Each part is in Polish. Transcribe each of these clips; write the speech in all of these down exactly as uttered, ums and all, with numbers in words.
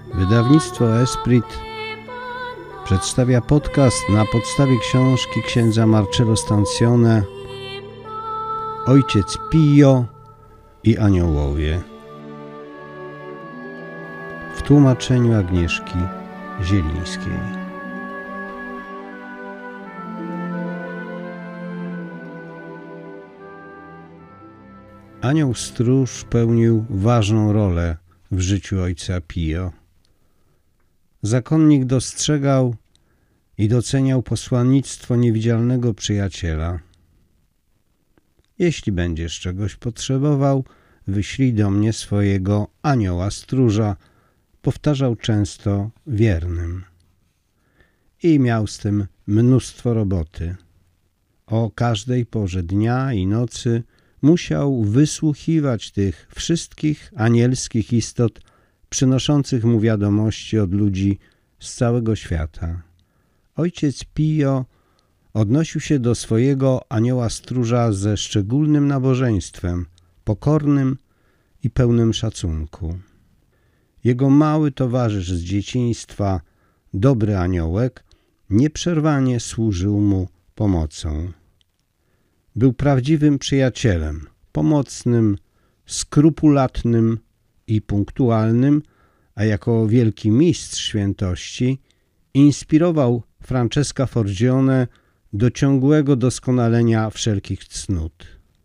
Wydawnictwo Esprit przedstawia podcast na podstawie książki księdza Marcello Stancione Ojciec Pio i Aniołowie w tłumaczeniu Agnieszki Zielińskiej. Anioł stróż pełnił ważną rolę w życiu ojca Pio. Zakonnik dostrzegał i doceniał posłannictwo niewidzialnego przyjaciela. Jeśli będziesz czegoś potrzebował, wyślij do mnie swojego anioła stróża, powtarzał często wiernym. I miał z tym mnóstwo roboty. O każdej porze dnia i nocy musiał wysłuchiwać tych wszystkich anielskich istot przynoszących mu wiadomości od ludzi z całego świata. Ojciec Pio odnosił się do swojego anioła stróża ze szczególnym nabożeństwem, pokornym i pełnym szacunku. Jego mały towarzysz z dzieciństwa, dobry aniołek, nieprzerwanie służył mu pomocą. Był prawdziwym przyjacielem, pomocnym, skrupulatnym i punktualnym, a jako wielki mistrz świętości inspirował Francesca Forgione do ciągłego doskonalenia wszelkich cnót.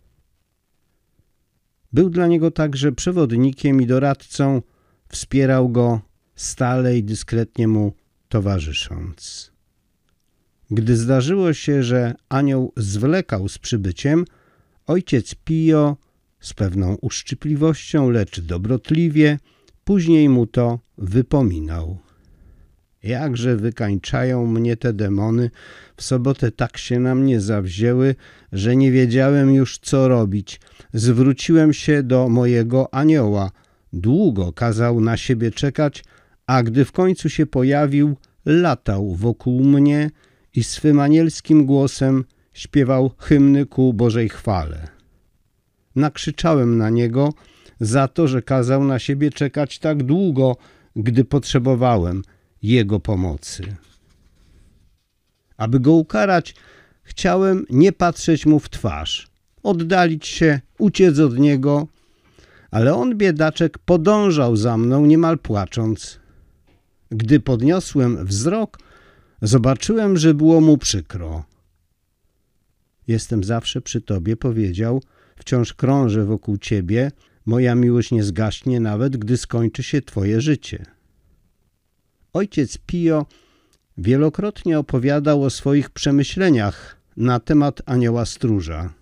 Był dla niego także przewodnikiem i doradcą, wspierał go stale i dyskretnie mu towarzysząc. Gdy zdarzyło się, że anioł zwlekał z przybyciem, ojciec Pio z pewną uszczypliwością, lecz dobrotliwie, później mu to wypominał. Jakże wykańczają mnie te demony, w sobotę tak się na mnie zawzięły, że nie wiedziałem już co robić. Zwróciłem się do mojego anioła. Długo kazał na siebie czekać, a gdy w końcu się pojawił, latał wokół mnie i swym anielskim głosem śpiewał hymny ku Bożej chwale. Nakrzyczałem na niego za to, że kazał na siebie czekać tak długo, gdy potrzebowałem jego pomocy. Aby go ukarać, chciałem nie patrzeć mu w twarz, oddalić się, uciec od niego, ale on, biedaczek, podążał za mną niemal płacząc. Gdy podniosłem wzrok, zobaczyłem, że było mu przykro. Jestem zawsze przy tobie, powiedział, wciąż krążę wokół ciebie, moja miłość nie zgaśnie nawet, gdy skończy się twoje życie. Ojciec Pio wielokrotnie opowiadał o swoich przemyśleniach na temat anioła stróża.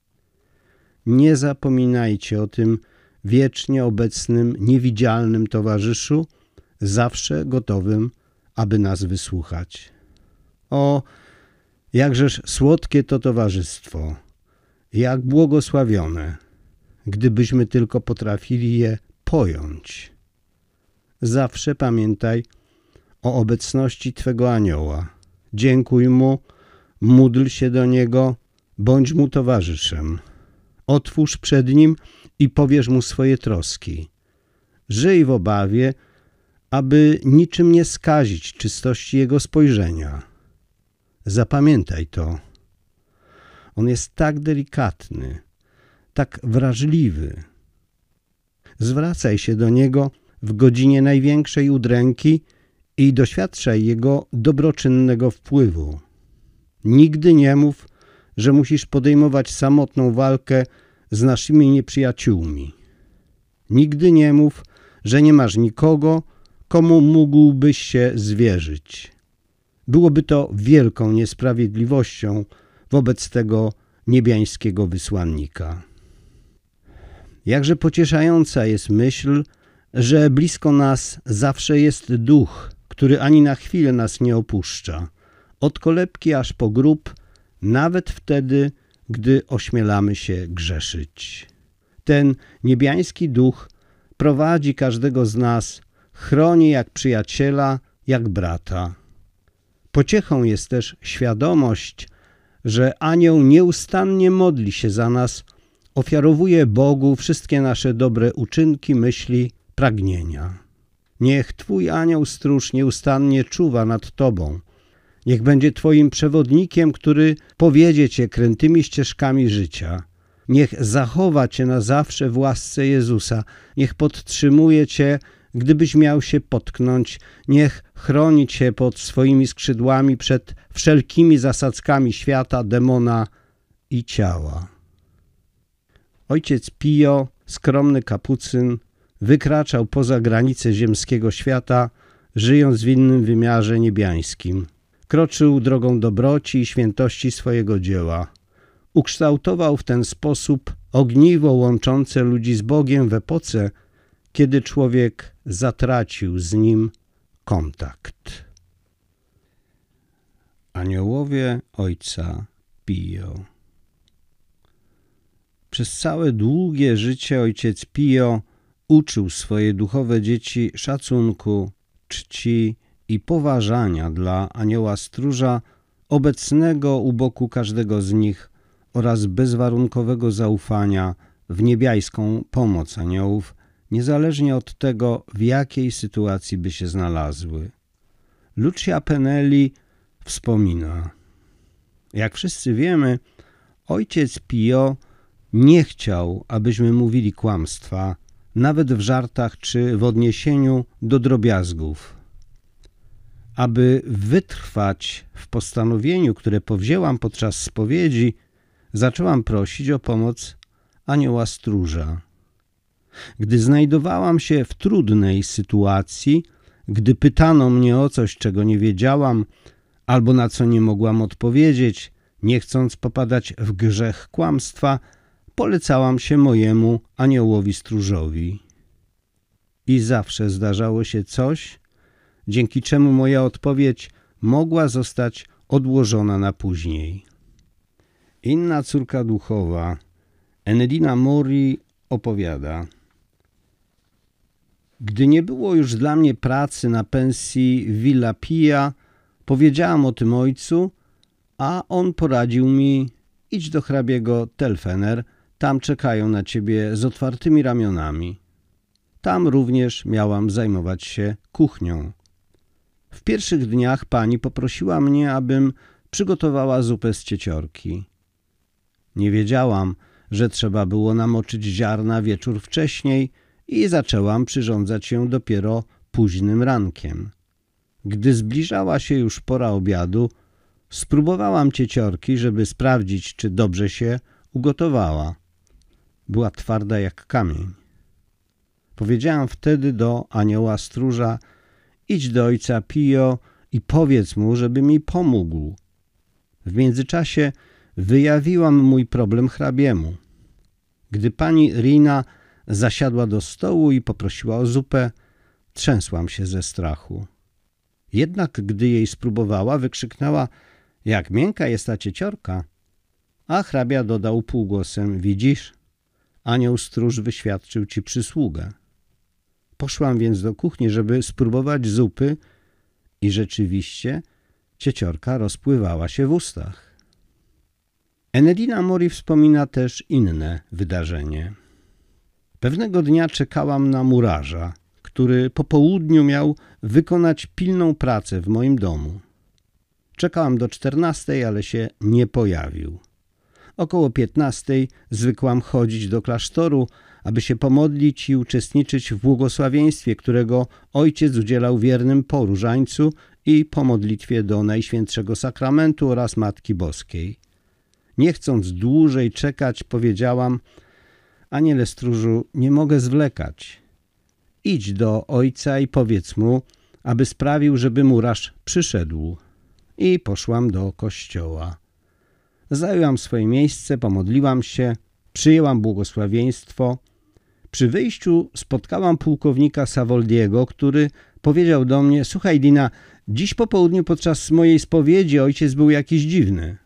Nie zapominajcie o tym wiecznie obecnym, niewidzialnym towarzyszu, zawsze gotowym, aby nas wysłuchać. O, jakżeż słodkie to towarzystwo, jak błogosławione, gdybyśmy tylko potrafili je pojąć. Zawsze pamiętaj o obecności twego anioła. Dziękuj mu, módl się do niego, bądź mu towarzyszem. Otwórz przed nim i powiesz mu swoje troski. Żyj w obawie, aby niczym nie skazić czystości jego spojrzenia. Zapamiętaj to. On jest tak delikatny, tak wrażliwy. Zwracaj się do niego w godzinie największej udręki i doświadczaj jego dobroczynnego wpływu. Nigdy nie mów, że musisz podejmować samotną walkę z naszymi nieprzyjaciółmi. Nigdy nie mów, że nie masz nikogo, komu mógłbyś się zwierzyć. Byłoby to wielką niesprawiedliwością wobec tego niebiańskiego wysłannika. Jakże pocieszająca jest myśl, że blisko nas zawsze jest duch, który ani na chwilę nas nie opuszcza, od kolebki aż po grób, nawet wtedy, gdy ośmielamy się grzeszyć. Ten niebiański duch prowadzi każdego z nas, chroni jak przyjaciela, jak brata. Pociechą jest też świadomość, że anioł nieustannie modli się za nas, ofiarowuje Bogu wszystkie nasze dobre uczynki, myśli, pragnienia. Niech Twój anioł stróż nieustannie czuwa nad Tobą. Niech będzie Twoim przewodnikiem, który powiedzie Cię krętymi ścieżkami życia. Niech zachowa Cię na zawsze w łasce Jezusa. Niech podtrzymuje Cię, gdybyś miał się potknąć. Niech chroni Cię pod swoimi skrzydłami przed wszelkimi zasadzkami świata, demona i ciała. Ojciec Pio, skromny kapucyn, wykraczał poza granice ziemskiego świata, żyjąc w innym wymiarze niebiańskim. Kroczył drogą dobroci i świętości swojego dzieła. Ukształtował w ten sposób ogniwo łączące ludzi z Bogiem w epoce, kiedy człowiek zatracił z Nim kontakt. Aniołowie Ojca Pio. Przez całe długie życie ojciec Pio uczył swoje duchowe dzieci szacunku, czci i poważania dla anioła stróża obecnego u boku każdego z nich oraz bezwarunkowego zaufania w niebiańską pomoc aniołów, niezależnie od tego, w jakiej sytuacji by się znalazły. Lucia Penelli wspomina: jak wszyscy wiemy, ojciec Pio nie chciał, abyśmy mówili kłamstwa, nawet w żartach czy w odniesieniu do drobiazgów. Aby wytrwać w postanowieniu, które powzięłam podczas spowiedzi, zaczęłam prosić o pomoc anioła stróża. Gdy znajdowałam się w trudnej sytuacji, gdy pytano mnie o coś, czego nie wiedziałam, albo na co nie mogłam odpowiedzieć, nie chcąc popadać w grzech kłamstwa, polecałam się mojemu aniołowi stróżowi. I zawsze zdarzało się coś, dzięki czemu moja odpowiedź mogła zostać odłożona na później. Inna córka duchowa, Enedina Mori, opowiada: gdy nie było już dla mnie pracy na pensji w Villa Pia, powiedziałam o tym ojcu, a on poradził mi: idź do hrabiego Telfener, tam czekają na ciebie z otwartymi ramionami. Tam również miałam zajmować się kuchnią. W pierwszych dniach pani poprosiła mnie, abym przygotowała zupę z cieciorki. Nie wiedziałam, że trzeba było namoczyć ziarna wieczór wcześniej i zaczęłam przyrządzać ją dopiero późnym rankiem. Gdy zbliżała się już pora obiadu, spróbowałam cieciorki, żeby sprawdzić, czy dobrze się ugotowała. Była twarda jak kamień. Powiedziałam wtedy do anioła stróża: idź do ojca Pio i powiedz mu, żeby mi pomógł. W międzyczasie wyjawiłam mój problem hrabiemu. Gdy pani Rina zasiadła do stołu i poprosiła o zupę, trzęsłam się ze strachu. Jednak gdy jej spróbowała, wykrzyknęła: jak miękka jest ta cieciorka. A hrabia dodał półgłosem: widzisz, anioł stróż wyświadczył ci przysługę. Poszłam więc do kuchni, żeby spróbować zupy i rzeczywiście cieciorka rozpływała się w ustach. Enedina Mori wspomina też inne wydarzenie. Pewnego dnia czekałam na murarza, który po południu miał wykonać pilną pracę w moim domu. Czekałam do czternastej, ale się nie pojawił. Około piętnastej zwykłam chodzić do klasztoru, aby się pomodlić i uczestniczyć w błogosławieństwie, którego ojciec udzielał wiernym po różańcu i po modlitwie do Najświętszego Sakramentu oraz Matki Boskiej. Nie chcąc dłużej czekać, powiedziałam: aniele stróżu, nie mogę zwlekać. Idź do ojca i powiedz mu, aby sprawił, żeby murarz przyszedł. I poszłam do kościoła. Zajęłam swoje miejsce, pomodliłam się, przyjęłam błogosławieństwo. Przy wyjściu spotkałam pułkownika Savoldiego, który powiedział do mnie: słuchaj, Dina, dziś po południu podczas mojej spowiedzi ojciec był jakiś dziwny.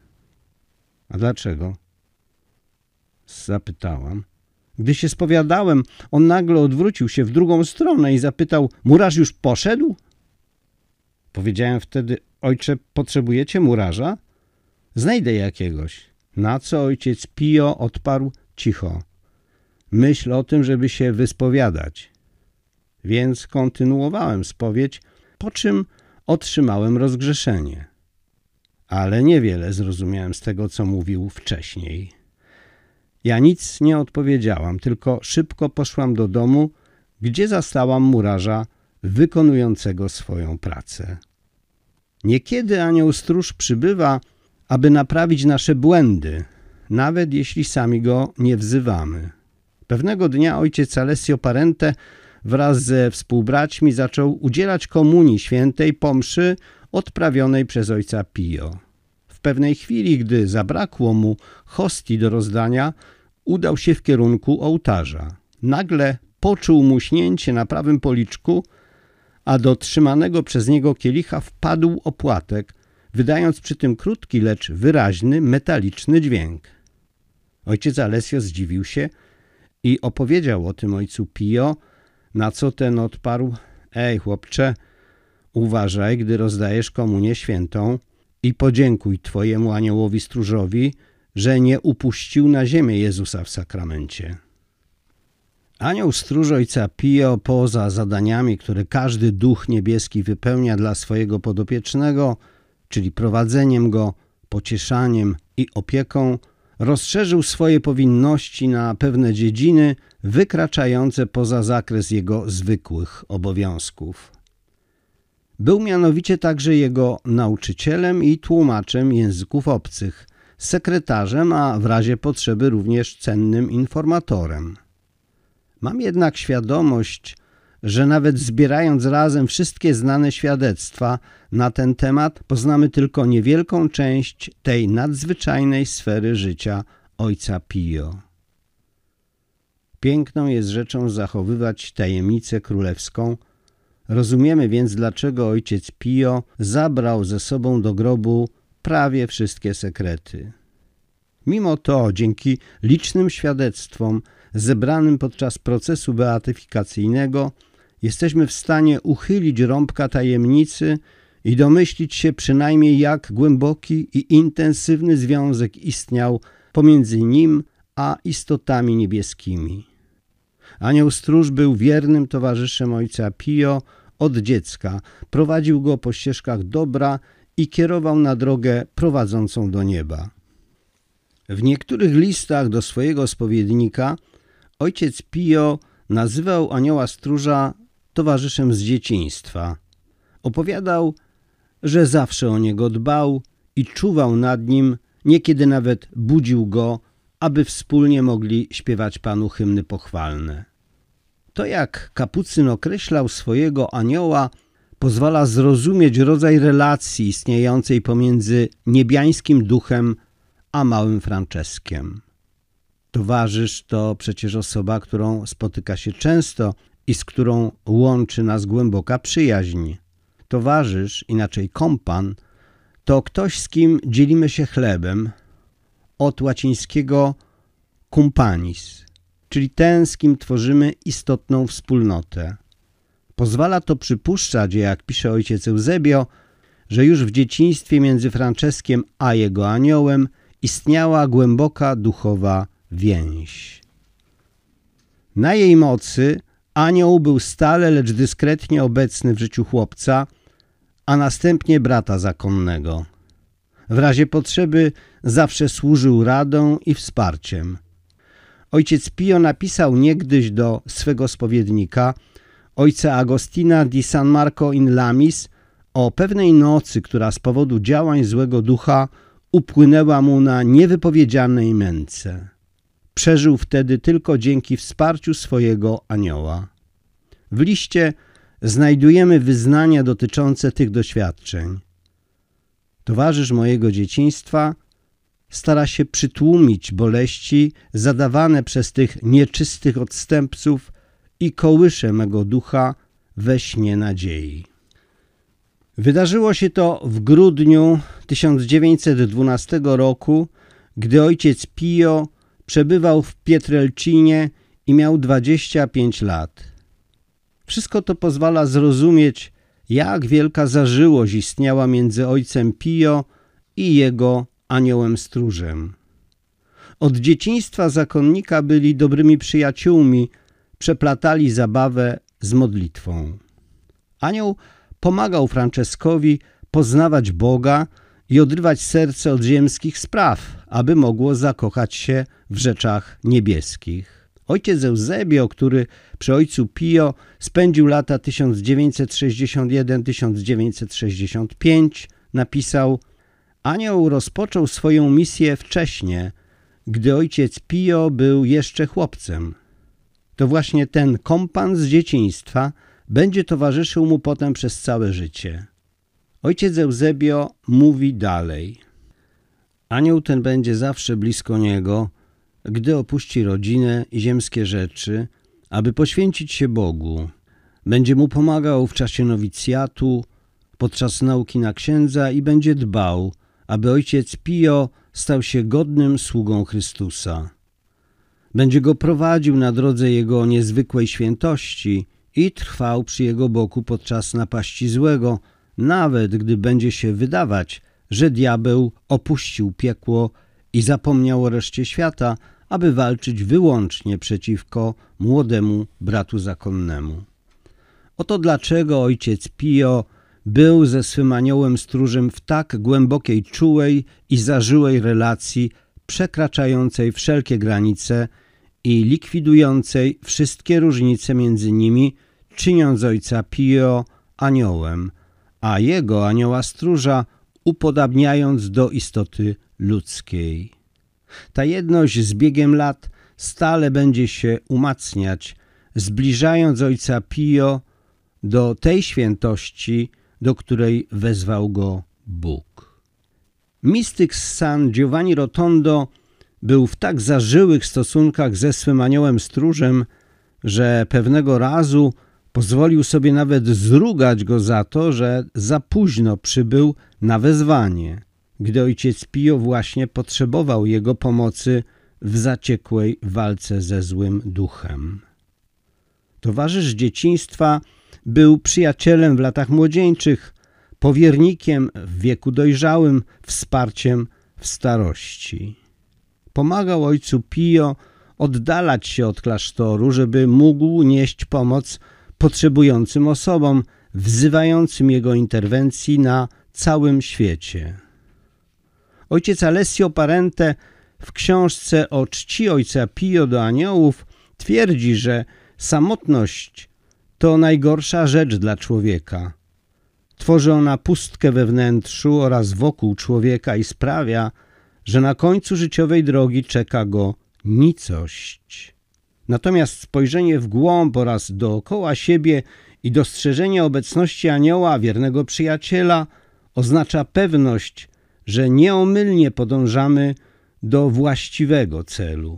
A dlaczego? Zapytałam. Gdy się spowiadałem, on nagle odwrócił się w drugą stronę i zapytał: murarz już poszedł? Powiedziałem wtedy: ojcze, potrzebujecie murarza? Znajdę jakiegoś. Na co ojciec Pio odparł cicho: myśl o tym, żeby się wyspowiadać. więc kontynuowałem spowiedź, po czym otrzymałem rozgrzeszenie. Ale niewiele zrozumiałem z tego, co mówił wcześniej. Ja nic nie odpowiedziałam, tylko szybko poszłam do domu, gdzie zastałam murarza wykonującego swoją pracę. Niekiedy anioł stróż przybywa, aby naprawić nasze błędy, nawet jeśli sami go nie wzywamy. Pewnego dnia ojciec Alessio Parente wraz ze współbraćmi zaczął udzielać komunii świętej po mszy odprawionej przez ojca Pio. W pewnej chwili, gdy zabrakło mu hostii do rozdania, udał się w kierunku ołtarza. Nagle poczuł muśnięcie na prawym policzku, a do trzymanego przez niego kielicha wpadł opłatek, wydając przy tym krótki, lecz wyraźny, metaliczny dźwięk. Ojciec Alessio zdziwił się i opowiedział o tym ojcu Pio, na co ten odparł: ej, chłopcze, uważaj, gdy rozdajesz komunię świętą i podziękuj twojemu aniołowi stróżowi, że nie upuścił na ziemię Jezusa w sakramencie. Anioł stróż ojca Pio, poza zadaniami, które każdy duch niebieski wypełnia dla swojego podopiecznego, czyli prowadzeniem go, pocieszaniem i opieką, rozszerzył swoje powinności na pewne dziedziny wykraczające poza zakres jego zwykłych obowiązków. Był mianowicie także jego nauczycielem i tłumaczem języków obcych, sekretarzem, a w razie potrzeby również cennym informatorem. Mam jednak świadomość, że nawet zbierając razem wszystkie znane świadectwa na ten temat, poznamy tylko niewielką część tej nadzwyczajnej sfery życia ojca Pio. Piękną jest rzeczą zachowywać tajemnicę królewską. Rozumiemy więc, dlaczego ojciec Pio zabrał ze sobą do grobu prawie wszystkie sekrety. Mimo to, dzięki licznym świadectwom zebranym podczas procesu beatyfikacyjnego, jesteśmy w stanie uchylić rąbka tajemnicy i domyślić się przynajmniej, jak głęboki i intensywny związek istniał pomiędzy nim a istotami niebieskimi. Anioł stróż był wiernym towarzyszem ojca Pio od dziecka, prowadził go po ścieżkach dobra i kierował na drogę prowadzącą do nieba. W niektórych listach do swojego spowiednika ojciec Pio nazywał anioła stróża towarzyszem z dzieciństwa. Opowiadał, że zawsze o niego dbał i czuwał nad nim, niekiedy nawet budził go, aby wspólnie mogli śpiewać Panu hymny pochwalne. To, jak kapucyn określał swojego anioła, pozwala zrozumieć rodzaj relacji istniejącej pomiędzy niebiańskim duchem a małym Franceskiem. Towarzysz to przecież osoba, którą spotyka się często i z którą łączy nas głęboka przyjaźń. Towarzysz, inaczej kompan, to ktoś, z kim dzielimy się chlebem, od łacińskiego cumpanis, czyli ten, z kim tworzymy istotną wspólnotę. Pozwala to przypuszczać, jak pisze ojciec Eusebio, że już w dzieciństwie między Franceskiem a jego aniołem istniała głęboka duchowa więź. Na jej mocy anioł był stale, lecz dyskretnie obecny w życiu chłopca, a następnie brata zakonnego. W razie potrzeby zawsze służył radą i wsparciem. Ojciec Pio napisał niegdyś do swego spowiednika, ojca Agostina di San Marco in Lamis, o pewnej nocy, która z powodu działań złego ducha upłynęła mu na niewypowiedzianej męce. Przeżył wtedy tylko dzięki wsparciu swojego anioła. W liście znajdujemy wyznania dotyczące tych doświadczeń. Towarzysz mojego dzieciństwa stara się przytłumić boleści zadawane przez tych nieczystych odstępców i kołysze mego ducha we śnie nadziei. Wydarzyło się to w grudniu tysiąc dziewięćset dwunastego roku, gdy ojciec Pio przebywał w Pietrelcinie i miał dwadzieścia pięć lat. Wszystko to pozwala zrozumieć, jak wielka zażyłość istniała między ojcem Pio i jego aniołem stróżem. Od dzieciństwa zakonnika byli dobrymi przyjaciółmi, przeplatali zabawę z modlitwą. Anioł pomagał Franceskowi poznawać Boga i odrywać serce od ziemskich spraw, aby mogło zakochać się w rzeczach niebieskich. Ojciec Eusebio, który przy ojcu Pio spędził lata tysiąc dziewięćset sześćdziesiąt jeden do tysiąc dziewięćset sześćdziesiąt pięć, napisał: Anioł rozpoczął swoją misję wcześnie, gdy ojciec Pio był jeszcze chłopcem. To właśnie ten kompan z dzieciństwa będzie towarzyszył mu potem przez całe życie. Ojciec Eusebio mówi dalej: Anioł ten będzie zawsze blisko niego, gdy opuści rodzinę i ziemskie rzeczy, aby poświęcić się Bogu. Będzie mu pomagał w czasie nowicjatu, podczas nauki na księdza i będzie dbał, aby ojciec Pio stał się godnym sługą Chrystusa. Będzie go prowadził na drodze jego niezwykłej świętości i trwał przy jego boku podczas napaści złego, nawet gdy będzie się wydawać, że diabeł opuścił piekło i zapomniał o reszcie świata, aby walczyć wyłącznie przeciwko młodemu bratu zakonnemu. Oto dlaczego ojciec Pio był ze swym aniołem stróżem w tak głębokiej, czułej i zażyłej relacji, przekraczającej wszelkie granice i likwidującej wszystkie różnice między nimi, czyniąc ojca Pio aniołem, a jego anioła stróża upodabniając do istoty ludzkiej. Ta jedność z biegiem lat stale będzie się umacniać, zbliżając ojca Pio do tej świętości, do której wezwał go Bóg. Mistyk z San Giovanni Rotondo był w tak zażyłych stosunkach ze swym aniołem stróżem, że pewnego razu pozwolił sobie nawet zrugać go za to, że za późno przybył na wezwanie, gdy ojciec Pio właśnie potrzebował jego pomocy w zaciekłej walce ze złym duchem. Towarzysz dzieciństwa był przyjacielem w latach młodzieńczych, powiernikiem w wieku dojrzałym, wsparciem w starości. Pomagał ojcu Pio oddalać się od klasztoru, żeby mógł nieść pomoc potrzebującym osobom, wzywającym jego interwencji na całym świecie. Ojciec Alessio Parente w książce o czci ojca Pio do aniołów twierdzi, że samotność to najgorsza rzecz dla człowieka. Tworzy ona pustkę we wnętrzu oraz wokół człowieka i sprawia, że na końcu życiowej drogi czeka go nicość. Natomiast spojrzenie w głąb oraz dookoła siebie i dostrzeżenie obecności anioła, wiernego przyjaciela, oznacza pewność, że nieomylnie podążamy do właściwego celu.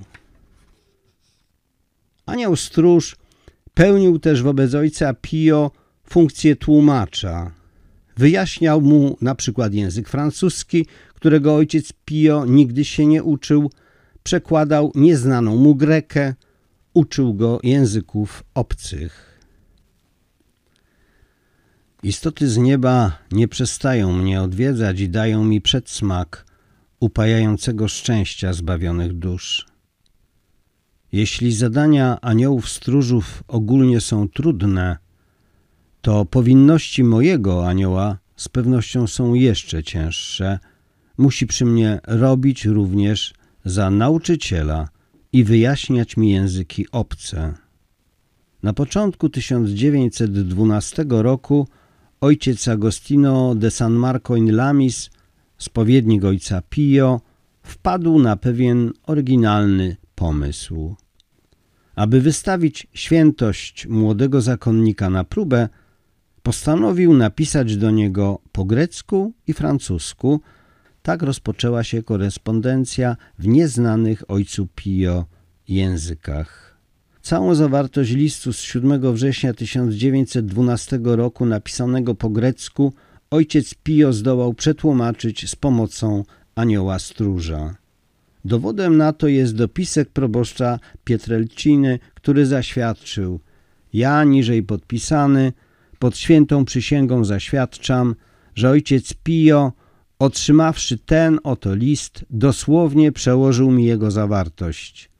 Anioł stróż pełnił też wobec ojca Pio funkcję tłumacza. Wyjaśniał mu na przykład język francuski, którego ojciec Pio nigdy się nie uczył, przekładał nieznaną mu grekę, uczył go języków obcych. Istoty z nieba nie przestają mnie odwiedzać i dają mi przedsmak upajającego szczęścia zbawionych dusz. Jeśli zadania aniołów stróżów ogólnie są trudne, to powinności mojego anioła z pewnością są jeszcze cięższe. Musi przy mnie robić również za nauczyciela i wyjaśniać mi języki obce. Na początku tysiąc dziewięćset dwunastego roku ojciec Agostino de San Marco in Lamis, spowiednik ojca Pio, wpadł na pewien oryginalny pomysł. Aby wystawić świętość młodego zakonnika na próbę, postanowił napisać do niego po grecku i francusku. Tak rozpoczęła się korespondencja w nieznanych ojcu Pio językach. Całą zawartość listu z siódmego września tysiąc dziewięćset dwunastego roku napisanego po grecku ojciec Pio zdołał przetłumaczyć z pomocą anioła stróża. Dowodem na to jest dopisek proboszcza Pietrelciny, który zaświadczył: ja, niżej podpisany, pod świętą przysięgą zaświadczam, że ojciec Pio, otrzymawszy ten oto list, dosłownie przełożył mi jego zawartość.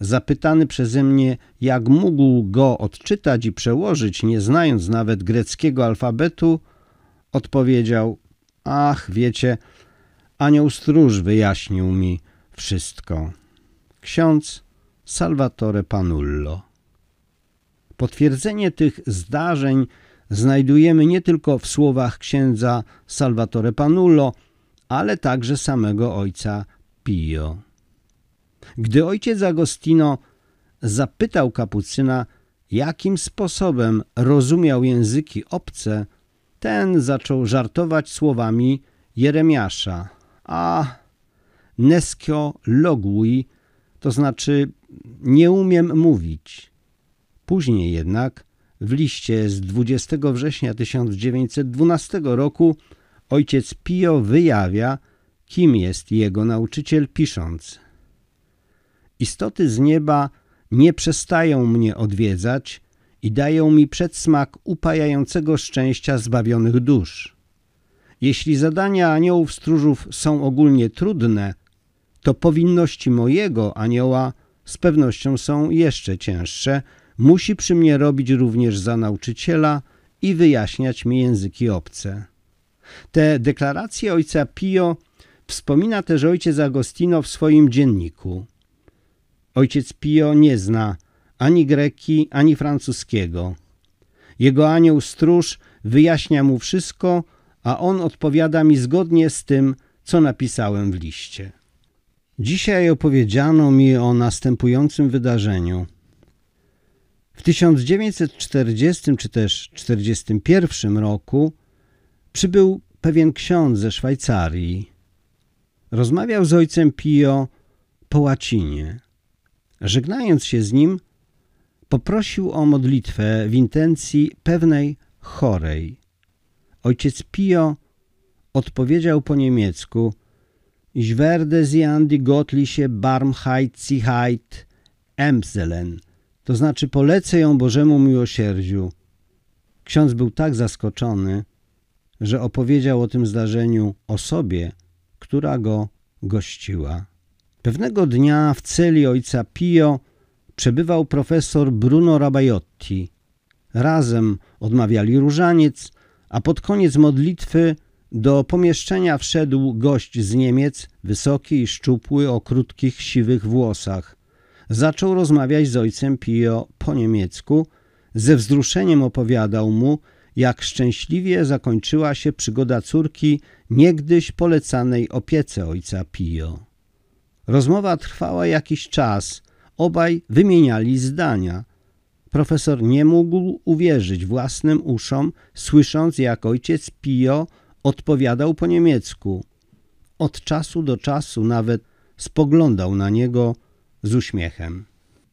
zapytany przeze mnie, jak mógł go odczytać i przełożyć, nie znając nawet greckiego alfabetu, odpowiedział: ach, wiecie, anioł stróż wyjaśnił mi wszystko. Ksiądz Salvatore Panullo. Potwierdzenie tych zdarzeń znajdujemy nie tylko w słowach księdza Salvatore Panullo, ale także samego ojca Pio. Gdy ojciec Agostino zapytał kapucyna, jakim sposobem rozumiał języki obce, ten zaczął żartować słowami Jeremiasza. A nescio logui, to znaczy nie umiem mówić. Później jednak w liście z dwudziestego września tysiąc dziewięćset dwunastego roku ojciec Pio wyjawia, kim jest jego nauczyciel, pisząc: istoty z nieba nie przestają mnie odwiedzać i dają mi przedsmak upajającego szczęścia zbawionych dusz. Jeśli zadania aniołów stróżów są ogólnie trudne, to powinności mojego anioła z pewnością są jeszcze cięższe. Musi przy mnie robić również za nauczyciela i wyjaśniać mi języki obce. Te deklaracje ojca Pio wspomina też ojciec Agostino w swoim dzienniku. Ojciec Pio nie zna ani greki, ani francuskiego. Jego anioł stróż wyjaśnia mu wszystko, a on odpowiada mi zgodnie z tym, co napisałem w liście. Dzisiaj opowiedziano mi o następującym wydarzeniu. W tysiąc dziewięćset czterdziestym czy też czterdziestym pierwszym roku przybył pewien ksiądz ze Szwajcarii. Rozmawiał z ojcem Pio po łacinie. Żegnając się z nim, poprosił o modlitwę w intencji pewnej chorej. Ojciec Pio odpowiedział po niemiecku: Ich werde sie an die göttliche Barmherzigkeit empfehlen, to znaczy polecę ją Bożemu miłosierdziu. Ksiądz był tak zaskoczony, że opowiedział o tym zdarzeniu osobie, która go gościła. Pewnego dnia w celi ojca Pio przebywał profesor Bruno Rabaiotti. Razem odmawiali różaniec, a pod koniec modlitwy do pomieszczenia wszedł gość z Niemiec, wysoki i szczupły, o krótkich, siwych włosach. Zaczął rozmawiać z ojcem Pio po niemiecku. Ze wzruszeniem opowiadał mu, jak szczęśliwie zakończyła się przygoda córki niegdyś polecanej opiece ojca Pio. Rozmowa trwała jakiś czas. Obaj wymieniali zdania. Profesor nie mógł uwierzyć własnym uszom, słysząc, jak ojciec Pio odpowiadał po niemiecku. Od czasu do czasu nawet spoglądał na niego z uśmiechem.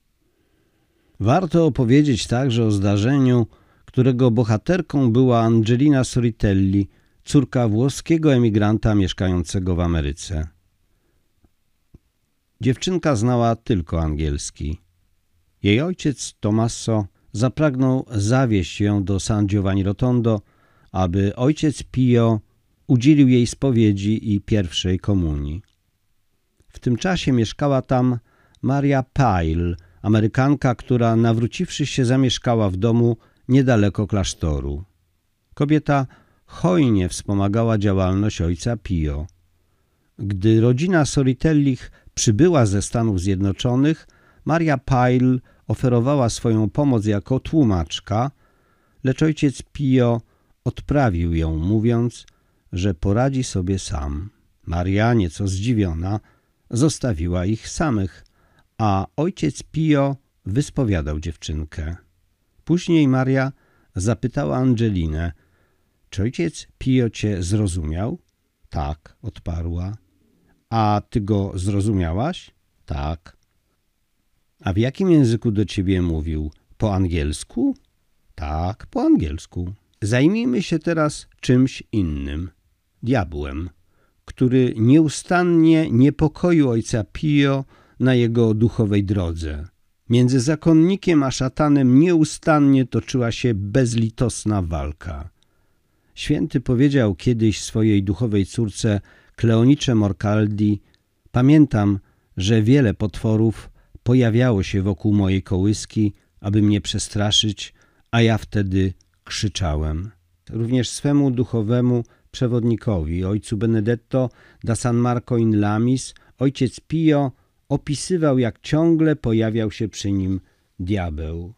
Warto opowiedzieć także o zdarzeniu, którego bohaterką była Angelina Soritelli, córka włoskiego emigranta mieszkającego w Ameryce. Dziewczynka znała tylko angielski. Jej ojciec Tommaso zapragnął zawieźć ją do San Giovanni Rotondo, aby ojciec Pio udzielił jej spowiedzi i pierwszej komunii. W tym czasie mieszkała tam Maria Pyle, Amerykanka, która nawróciwszy się zamieszkała w domu niedaleko klasztoru. Kobieta hojnie wspomagała działalność ojca Pio. Gdy rodzina Soritellich przybyła ze Stanów Zjednoczonych, Maria Pyle oferowała swoją pomoc jako tłumaczka, lecz ojciec Pio odprawił ją, mówiąc, że poradzi sobie sam. Maria, nieco zdziwiona, zostawiła ich samych, a ojciec Pio wyspowiadał dziewczynkę. Później Maria zapytała Angelinę: czy ojciec Pio cię zrozumiał? Tak, odparła. A ty go zrozumiałaś? Tak. A w jakim języku do ciebie mówił? Po angielsku? Tak, po angielsku. Zajmijmy się teraz czymś innym. Diabłem, który nieustannie niepokoił ojca Pio na jego duchowej drodze. Między zakonnikiem a szatanem nieustannie toczyła się bezlitosna walka. Święty powiedział kiedyś swojej duchowej córce Kleonice Morcaldi: pamiętam, że wiele potworów pojawiało się wokół mojej kołyski, aby mnie przestraszyć, a ja wtedy krzyczałem. Również swemu duchowemu przewodnikowi, ojcu Benedetto da San Marco in Lamis, ojciec Pio opisywał, jak ciągle pojawiał się przy nim diabeł.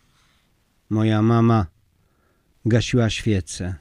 Moja mama gasiła świecę,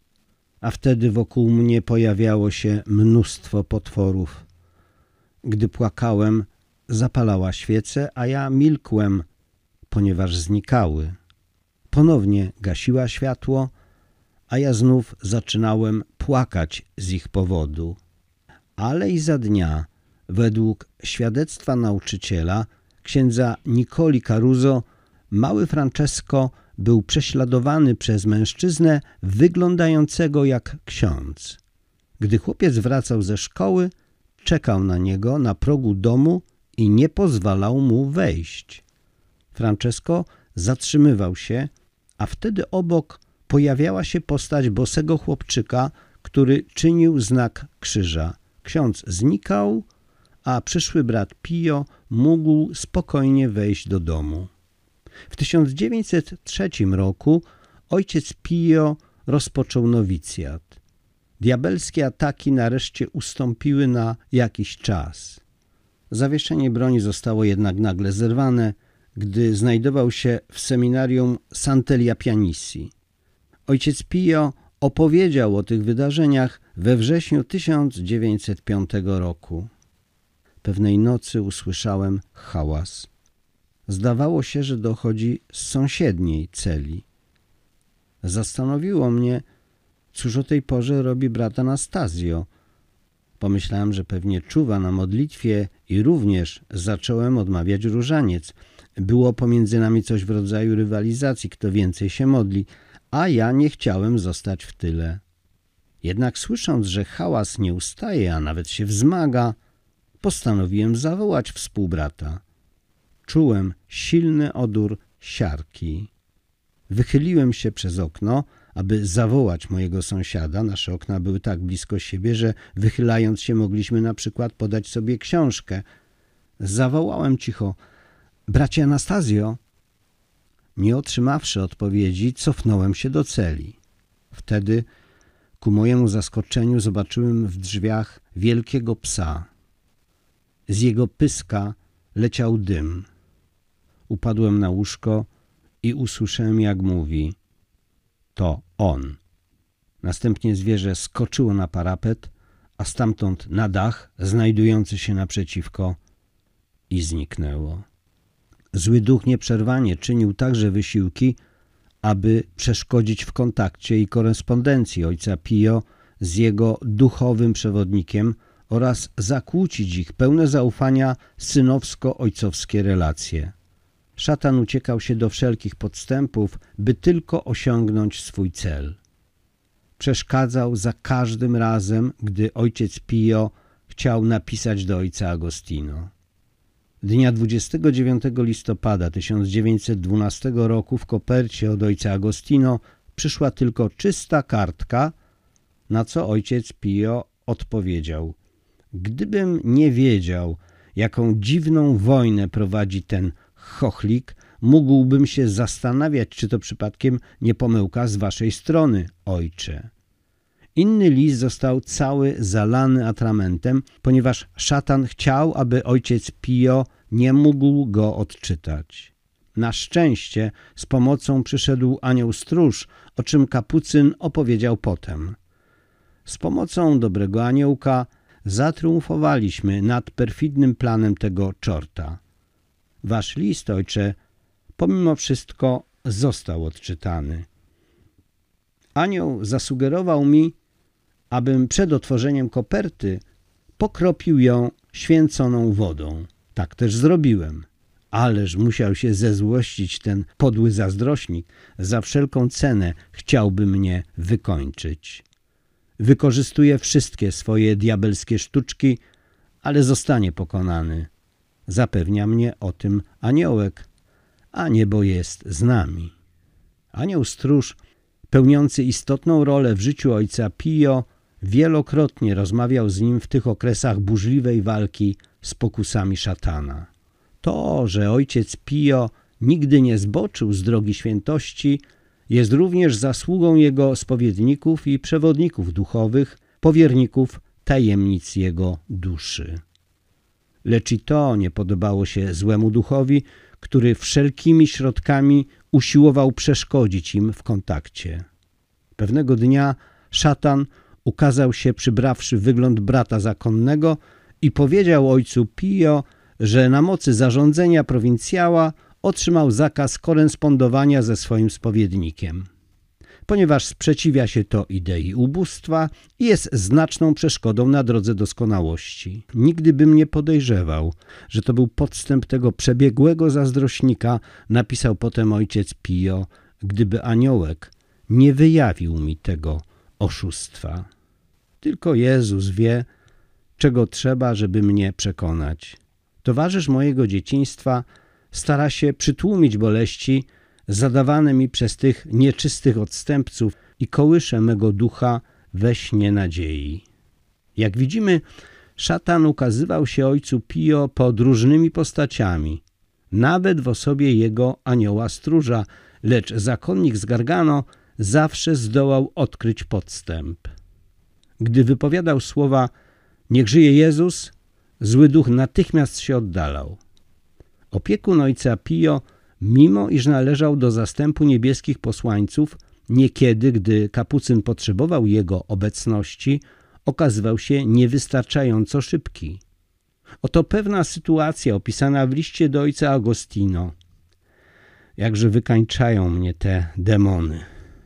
a wtedy wokół mnie pojawiało się mnóstwo potworów. Gdy płakałem, zapalała świecę, a ja milkłem, ponieważ znikały. Ponownie gasiła światło, a ja znów zaczynałem płakać z ich powodu. Ale i za dnia, według świadectwa nauczyciela, księdza Nicoli Caruso, mały Francesco był prześladowany przez mężczyznę wyglądającego jak ksiądz. Gdy chłopiec wracał ze szkoły, czekał na niego na progu domu i nie pozwalał mu wejść. Francesco zatrzymywał się, a wtedy obok pojawiała się postać bosego chłopczyka, który czynił znak krzyża. Ksiądz znikał, a przyszły brat Pio mógł spokojnie wejść do domu. W tysiąc dziewięćset trzecim roku ojciec Pio rozpoczął nowicjat. Diabelskie ataki nareszcie ustąpiły na jakiś czas. Zawieszenie broni zostało jednak nagle zerwane, gdy znajdował się w seminarium Sant'Elia Pianissi. Ojciec Pio opowiedział o tych wydarzeniach we wrześniu tysiąc dziewięćset piątego roku. Pewnej nocy usłyszałem hałas. Zdawało się, że dochodzi z sąsiedniej celi. Zastanowiło mnie, cóż o tej porze robi brat Anastasio. Pomyślałem, że pewnie czuwa na modlitwie i również zacząłem odmawiać różaniec. Było pomiędzy nami coś w rodzaju rywalizacji, kto więcej się modli, a ja nie chciałem zostać w tyle. Jednak słysząc, że hałas nie ustaje, a nawet się wzmaga, postanowiłem zawołać współbrata. Czułem silny odór siarki. Wychyliłem się przez okno, aby zawołać mojego sąsiada. Nasze okna były tak blisko siebie, że wychylając się mogliśmy na przykład podać sobie książkę. Zawołałem cicho: bracie Anastasio. Nie otrzymawszy odpowiedzi, cofnąłem się do celi. Wtedy, ku mojemu zaskoczeniu, zobaczyłem w drzwiach wielkiego psa. Z jego pyska leciał dym. Upadłem na łóżko i usłyszałem, jak mówi: to on. Następnie zwierzę skoczyło na parapet, a stamtąd na dach, znajdujący się naprzeciwko, i zniknęło. Zły duch nieprzerwanie czynił także wysiłki, aby przeszkodzić w kontakcie i korespondencji ojca Pio z jego duchowym przewodnikiem oraz zakłócić ich pełne zaufania synowsko-ojcowskie relacje. Szatan uciekał się do wszelkich podstępów, by tylko osiągnąć swój cel. Przeszkadzał za każdym razem, gdy ojciec Pio chciał napisać do ojca Agostino. Dnia dwudziestego dziewiątego listopada tysiąc dziewięćset dwunastego roku w kopercie od ojca Agostino przyszła tylko czysta kartka, na co ojciec Pio odpowiedział: gdybym nie wiedział, jaką dziwną wojnę prowadzi ten chochlik, mógłbym się zastanawiać, czy to przypadkiem nie pomyłka z waszej strony, ojcze. Inny list został cały zalany atramentem, ponieważ szatan chciał, aby ojciec Pio nie mógł go odczytać. Na szczęście z pomocą przyszedł anioł stróż, o czym kapucyn opowiedział potem. Z pomocą dobrego aniołka zatriumfowaliśmy nad perfidnym planem tego czorta. Wasz list, ojcze, pomimo wszystko został odczytany. Anioł zasugerował mi, abym przed otworzeniem koperty pokropił ją święconą wodą. Tak też zrobiłem. Ależ musiał się zezłościć ten podły zazdrośnik. Za wszelką cenę chciałby mnie wykończyć. Wykorzystuje wszystkie swoje diabelskie sztuczki, ale zostanie pokonany. Zapewnia mnie o tym aniołek, a niebo jest z nami. Anioł stróż, pełniący istotną rolę w życiu ojca Pio, wielokrotnie rozmawiał z nim w tych okresach burzliwej walki z pokusami szatana. To, że ojciec Pio nigdy nie zboczył z drogi świętości, jest również zasługą jego spowiedników i przewodników duchowych, powierników tajemnic jego duszy. Lecz i to nie podobało się złemu duchowi, który wszelkimi środkami usiłował przeszkodzić im w kontakcie. Pewnego dnia szatan ukazał się, przybrawszy wygląd brata zakonnego, i powiedział ojcu Pio, że na mocy zarządzenia prowincjała otrzymał zakaz korespondowania ze swoim spowiednikiem. Ponieważ sprzeciwia się to idei ubóstwa i jest znaczną przeszkodą na drodze doskonałości. Nigdy bym nie podejrzewał, że to był podstęp tego przebiegłego zazdrośnika, napisał potem ojciec Pio, gdyby aniołek nie wyjawił mi tego oszustwa. Tylko Jezus wie, czego trzeba, żeby mnie przekonać. Towarzysz mojego dzieciństwa stara się przytłumić boleści zadawane mi przez tych nieczystych odstępców i kołysze mego ducha we śnie nadziei. Jak widzimy, szatan ukazywał się ojcu Pio pod różnymi postaciami, nawet w osobie jego anioła stróża, lecz zakonnik z Gargano zawsze zdołał odkryć podstęp. Gdy wypowiadał słowa „Niech żyje Jezus”, zły duch natychmiast się oddalał. Opiekun ojca Pio, mimo iż należał do zastępu niebieskich posłańców, niekiedy, gdy kapucyn potrzebował jego obecności, okazywał się niewystarczająco szybki. Oto pewna sytuacja opisana w liście do ojca Agostino. Jakże wykańczają mnie te demony.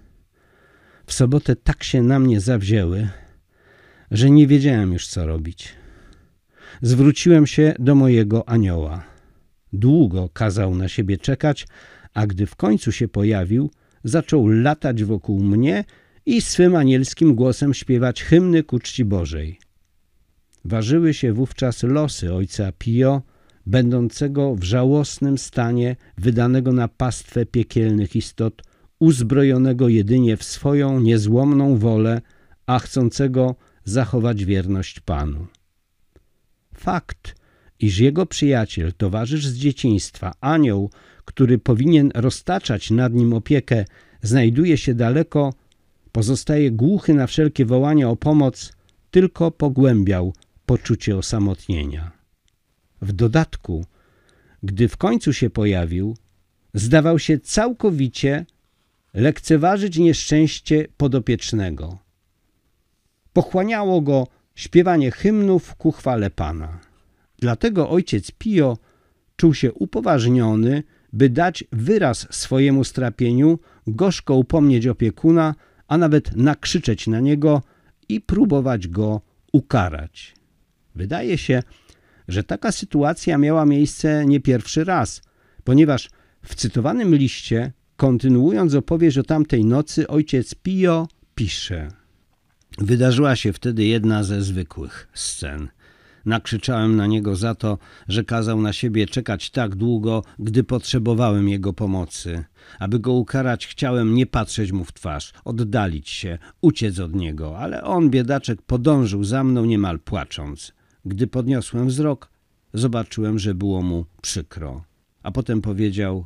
W sobotę tak się na mnie zawzięły, że nie wiedziałem już, co robić. Zwróciłem się do mojego anioła. Długo kazał na siebie czekać, a gdy w końcu się pojawił, zaczął latać wokół mnie i swym anielskim głosem śpiewać hymny ku czci Bożej. Ważyły się wówczas losy ojca Pio, będącego w żałosnym stanie, wydanego na pastwę piekielnych istot, uzbrojonego jedynie w swoją niezłomną wolę, a chcącego zachować wierność Panu. Fakt, iż jego przyjaciel, towarzysz z dzieciństwa, anioł, który powinien roztaczać nad nim opiekę, znajduje się daleko, pozostaje głuchy na wszelkie wołania o pomoc, tylko pogłębiał poczucie osamotnienia. W dodatku, gdy w końcu się pojawił, zdawał się całkowicie lekceważyć nieszczęście podopiecznego. Pochłaniało go śpiewanie hymnów ku chwale Pana. Dlatego ojciec Pio czuł się upoważniony, by dać wyraz swojemu strapieniu, gorzko upomnieć opiekuna, a nawet nakrzyczeć na niego i próbować go ukarać. Wydaje się, że taka sytuacja miała miejsce nie pierwszy raz, ponieważ w cytowanym liście, kontynuując opowieść o tamtej nocy, ojciec Pio pisze: wydarzyła się wtedy jedna ze zwykłych scen. Nakrzyczałem na niego za to, że kazał na siebie czekać tak długo, gdy potrzebowałem jego pomocy. Aby go ukarać, chciałem nie patrzeć mu w twarz, oddalić się, uciec od niego, ale on, biedaczek, podążył za mną niemal płacząc. Gdy podniosłem wzrok, zobaczyłem, że było mu przykro. A potem powiedział: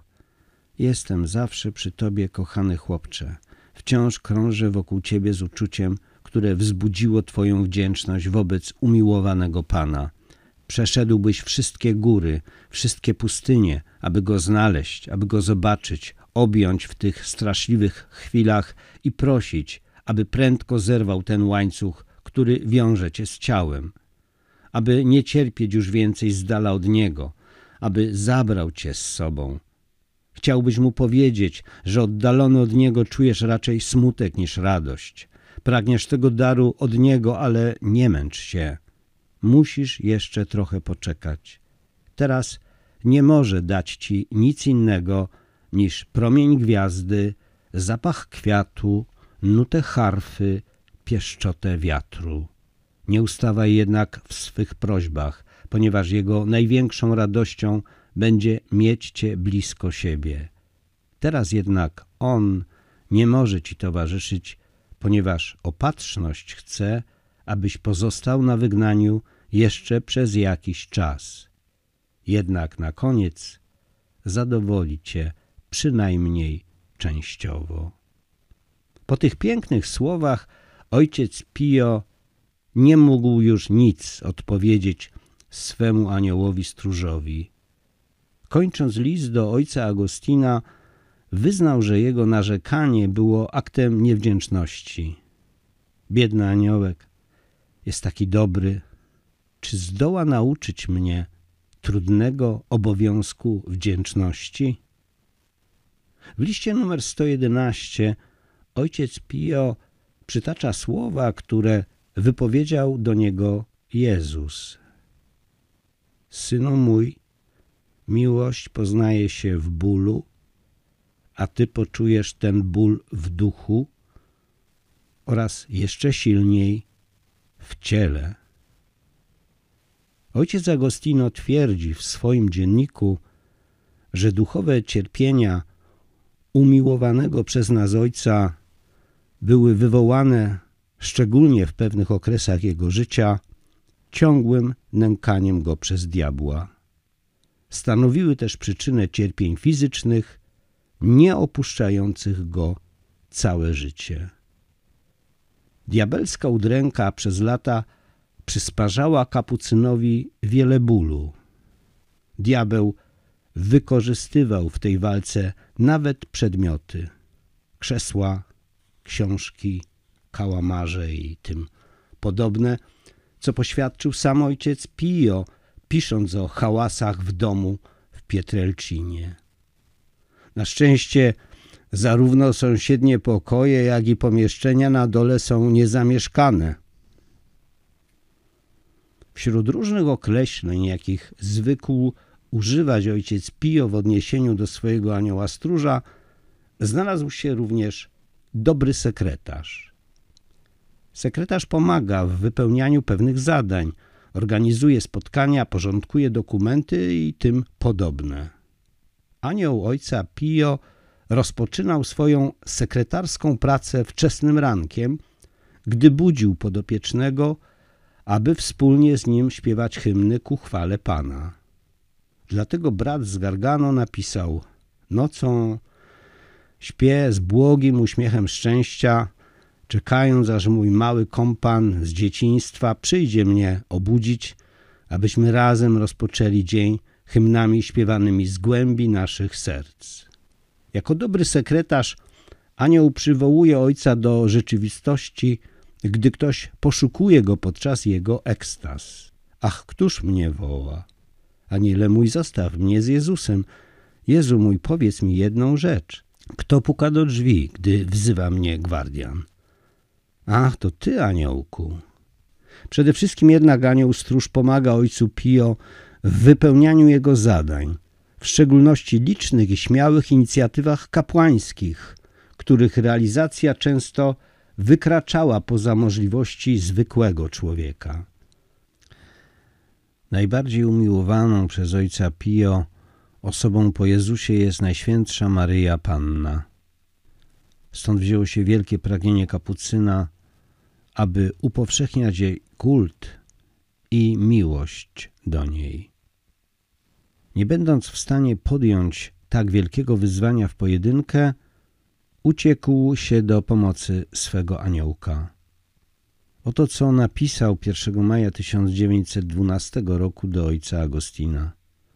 jestem zawsze przy tobie, kochany chłopcze. Wciąż krążę wokół ciebie z uczuciem, które wzbudziło twoją wdzięczność wobec umiłowanego Pana. Przeszedłbyś wszystkie góry, wszystkie pustynie, aby go znaleźć, aby go zobaczyć, objąć w tych straszliwych chwilach i prosić, aby prędko zerwał ten łańcuch, który wiąże cię z ciałem, aby nie cierpieć już więcej z dala od niego, aby zabrał cię z sobą. Chciałbyś mu powiedzieć, że oddalony od niego czujesz raczej smutek niż radość. Pragniesz tego daru od niego, ale nie męcz się. Musisz jeszcze trochę poczekać. Teraz nie może dać ci nic innego niż promień gwiazdy, zapach kwiatu, nutę harfy, pieszczotę wiatru. Nie ustawaj jednak w swych prośbach, ponieważ jego największą radością będzie mieć cię blisko siebie. Teraz jednak on nie może ci towarzyszyć, ponieważ opatrzność chce, abyś pozostał na wygnaniu jeszcze przez jakiś czas. jednak na koniec zadowoli cię przynajmniej częściowo. Po tych pięknych słowach ojciec Pio nie mógł już nic odpowiedzieć swemu aniołowi stróżowi. Kończąc list do ojca Agostina, wyznał, że jego narzekanie było aktem niewdzięczności. Biedny aniołek jest taki dobry. Czy zdoła nauczyć mnie trudnego obowiązku wdzięczności? W liście numer sto jedenaście ojciec Pio przytacza słowa, które wypowiedział do niego Jezus. Synu mój, miłość poznaje się w bólu, a ty poczujesz ten ból w duchu oraz jeszcze silniej w ciele. Ojciec Agostino twierdzi w swoim dzienniku, że duchowe cierpienia umiłowanego przez nas Ojca były wywołane, szczególnie w pewnych okresach jego życia, ciągłym nękaniem go przez diabła. Stanowiły też przyczynę cierpień fizycznych, nie opuszczających go całe życie. Diabelska udręka przez lata przysparzała kapucynowi wiele bólu. Diabeł wykorzystywał w tej walce nawet przedmioty, krzesła, książki, kałamarze i tym podobne, co poświadczył sam ojciec Pio, pisząc o hałasach w domu w Pietrelcinie. Na szczęście zarówno sąsiednie pokoje, jak i pomieszczenia na dole są niezamieszkane. Wśród różnych określeń, jakich zwykł używać ojciec Pio w odniesieniu do swojego anioła stróża, znalazł się również dobry sekretarz. Sekretarz pomaga w wypełnianiu pewnych zadań, organizuje spotkania, porządkuje dokumenty i tym podobne. Anioł ojca Pio rozpoczynał swoją sekretarską pracę wczesnym rankiem, gdy budził podopiecznego, aby wspólnie z nim śpiewać hymny ku chwale Pana. Dlatego brat z Gargano napisał: nocą śpię z błogim uśmiechem szczęścia, czekając, aż mój mały kompan z dzieciństwa przyjdzie mnie obudzić, abyśmy razem rozpoczęli dzień hymnami śpiewanymi z głębi naszych serc. Jako dobry sekretarz anioł przywołuje ojca do rzeczywistości, gdy ktoś poszukuje go podczas jego ekstaz. Ach, któż mnie woła? Aniele mój, zostaw mnie z Jezusem. Jezu mój, powiedz mi jedną rzecz. Kto puka do drzwi, gdy wzywa mnie gwardian? Ach, to ty, aniołku. Przede wszystkim jednak anioł stróż pomaga ojcu Pio w wypełnianiu jego zadań, w szczególności licznych i śmiałych inicjatywach kapłańskich, których realizacja często wykraczała poza możliwości zwykłego człowieka. Najbardziej umiłowaną przez ojca Pio osobą po Jezusie jest Najświętsza Maryja Panna. Stąd wzięło się wielkie pragnienie kapucyna, aby upowszechniać jej kult i miłość do niej. Nie będąc w stanie podjąć tak wielkiego wyzwania w pojedynkę, uciekł się do pomocy swego aniołka. Oto co napisał pierwszego maja tysiąc dziewięćset dwunastego roku do ojca Agostina.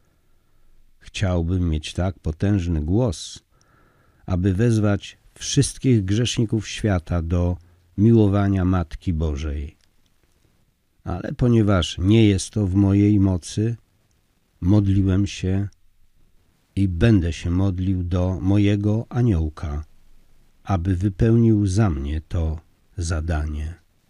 Chciałbym mieć tak potężny głos, aby wezwać wszystkich grzeszników świata do miłowania Matki Bożej. Ale ponieważ nie jest to w mojej mocy, modliłem się i będę się modlił do mojego aniołka, aby wypełnił za mnie to zadanie.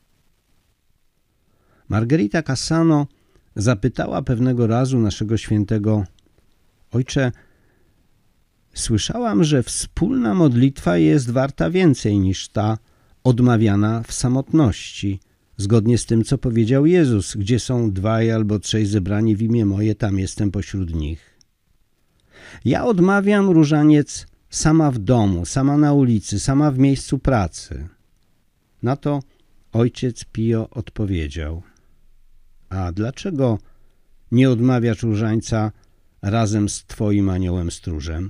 Margherita Cassano zapytała pewnego razu naszego świętego: Ojcze, słyszałam, że wspólna modlitwa jest warta więcej niż ta odmawiana w samotności, zgodnie z tym, co powiedział Jezus: gdzie są dwaj albo trzej zebrani w imię moje, tam jestem pośród nich. Ja odmawiam różaniec sama w domu, sama na ulicy, sama w miejscu pracy. Na to ojciec Pio odpowiedział: a dlaczego nie odmawiasz różańca razem z Twoim aniołem stróżem.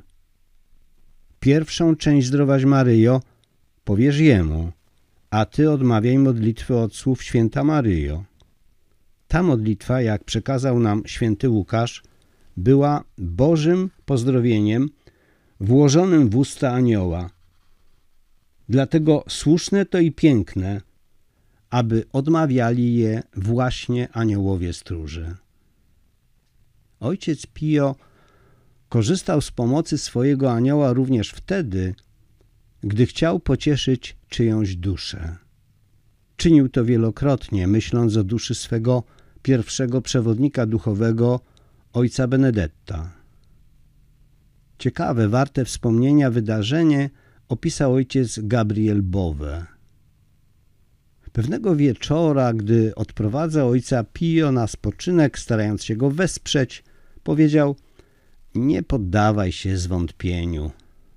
Pierwszą część Zdrowaś Maryjo powiesz Jemu, a Ty odmawiaj modlitwy od słów Święta Maryjo. Ta modlitwa, jak przekazał nam święty Łukasz, była Bożym pozdrowieniem włożonym w usta anioła. Dlatego słuszne to i piękne, aby odmawiali je właśnie aniołowie stróże. Ojciec Pio korzystał z pomocy swojego anioła również wtedy, gdy chciał pocieszyć czyjąś duszę. Czynił to wielokrotnie, myśląc o duszy swego pierwszego przewodnika duchowego, ojca Benedetta. Ciekawe, warte wspomnienia wydarzenie opisał ojciec Gabriel Bowe. Pewnego wieczora, gdy odprowadzał ojca Pio na spoczynek, starając się go wesprzeć, powiedział: nie poddawaj się zwątpieniu.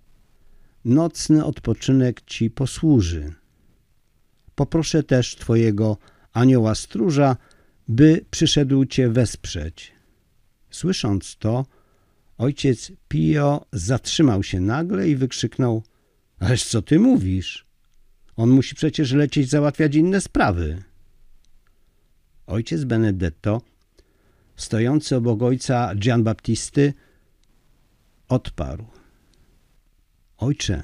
Nocny odpoczynek ci posłuży. Poproszę też twojego anioła stróża, by przyszedł cię wesprzeć. Słysząc to, ojciec Pio zatrzymał się nagle i wykrzyknął: ależ co ty mówisz? On musi przecież lecieć załatwiać inne sprawy. Ojciec Benedetto, stojący obok ojca Gianbaptisty, odparł: ojcze,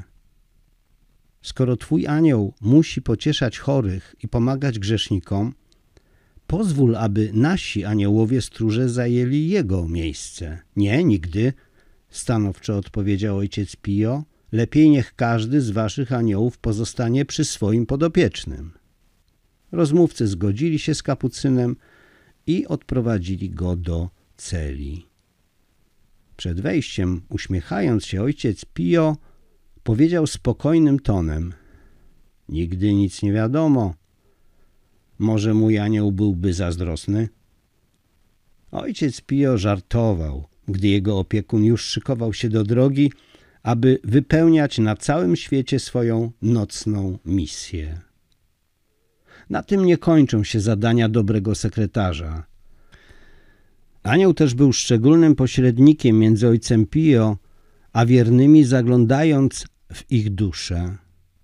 skoro twój anioł musi pocieszać chorych i pomagać grzesznikom, pozwól, aby nasi aniołowie stróże zajęli jego miejsce. Nie, nigdy, stanowczo odpowiedział ojciec Pio. Lepiej niech każdy z waszych aniołów pozostanie przy swoim podopiecznym. Rozmówcy zgodzili się z kapucynem i odprowadzili go do celi. Przed wejściem, uśmiechając się, ojciec Pio powiedział spokojnym tonem: nigdy nic nie wiadomo. Może mój anioł byłby zazdrosny? Ojciec Pio żartował, gdy jego opiekun już szykował się do drogi, aby wypełniać na całym świecie swoją nocną misję. Na tym nie kończą się zadania dobrego sekretarza. Anioł też był szczególnym pośrednikiem między ojcem Pio a wiernymi, zaglądając w ich duszę.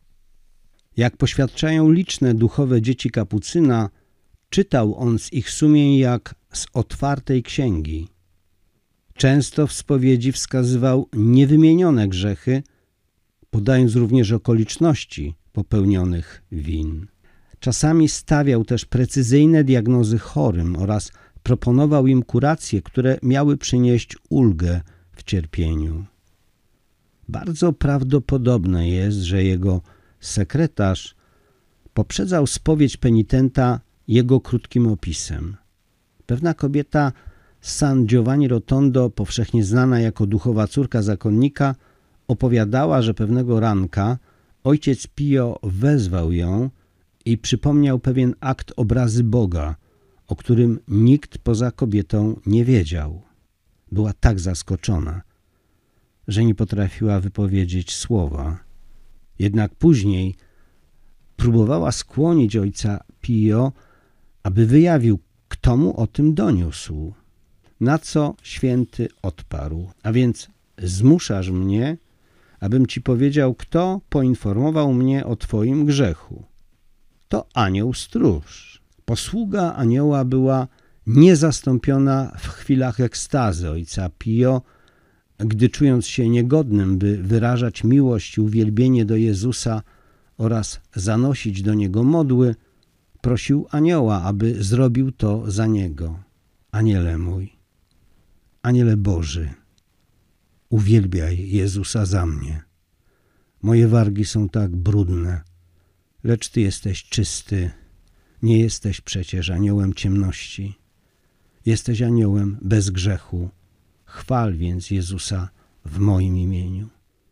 Jak poświadczają liczne duchowe dzieci kapucyna, czytał on z ich sumień jak z otwartej księgi. Często w spowiedzi wskazywał niewymienione grzechy, podając również okoliczności popełnionych win. Czasami stawiał też precyzyjne diagnozy chorym oraz proponował im kuracje, które miały przynieść ulgę w cierpieniu. Bardzo prawdopodobne jest, że jego sekretarz poprzedzał spowiedź penitenta jego krótkim opisem. Pewna kobieta z San Giovanni Rotondo, powszechnie znana jako duchowa córka zakonnika, opowiadała, że pewnego ranka ojciec Pio wezwał ją i przypomniał pewien akt obrazy Boga, o którym nikt poza kobietą nie wiedział. Była tak zaskoczona, że nie potrafiła wypowiedzieć słowa. Jednak później próbowała skłonić ojca Pio, aby wyjawił, kto mu o tym doniósł. Na co święty odparł: a więc zmuszasz mnie, abym ci powiedział, kto poinformował mnie o twoim grzechu. To anioł stróż. Posługa anioła była niezastąpiona w chwilach ekstazy ojca Pio, gdy czując się niegodnym, by wyrażać miłość i uwielbienie do Jezusa oraz zanosić do Niego modły, prosił anioła, aby zrobił to za niego. Aniele mój, Aniele Boży, uwielbiaj Jezusa za mnie. Moje wargi są tak brudne, lecz Ty jesteś czysty. Nie jesteś przecież aniołem ciemności. Jesteś aniołem bez grzechu. Chwal więc Jezusa w moim imieniu.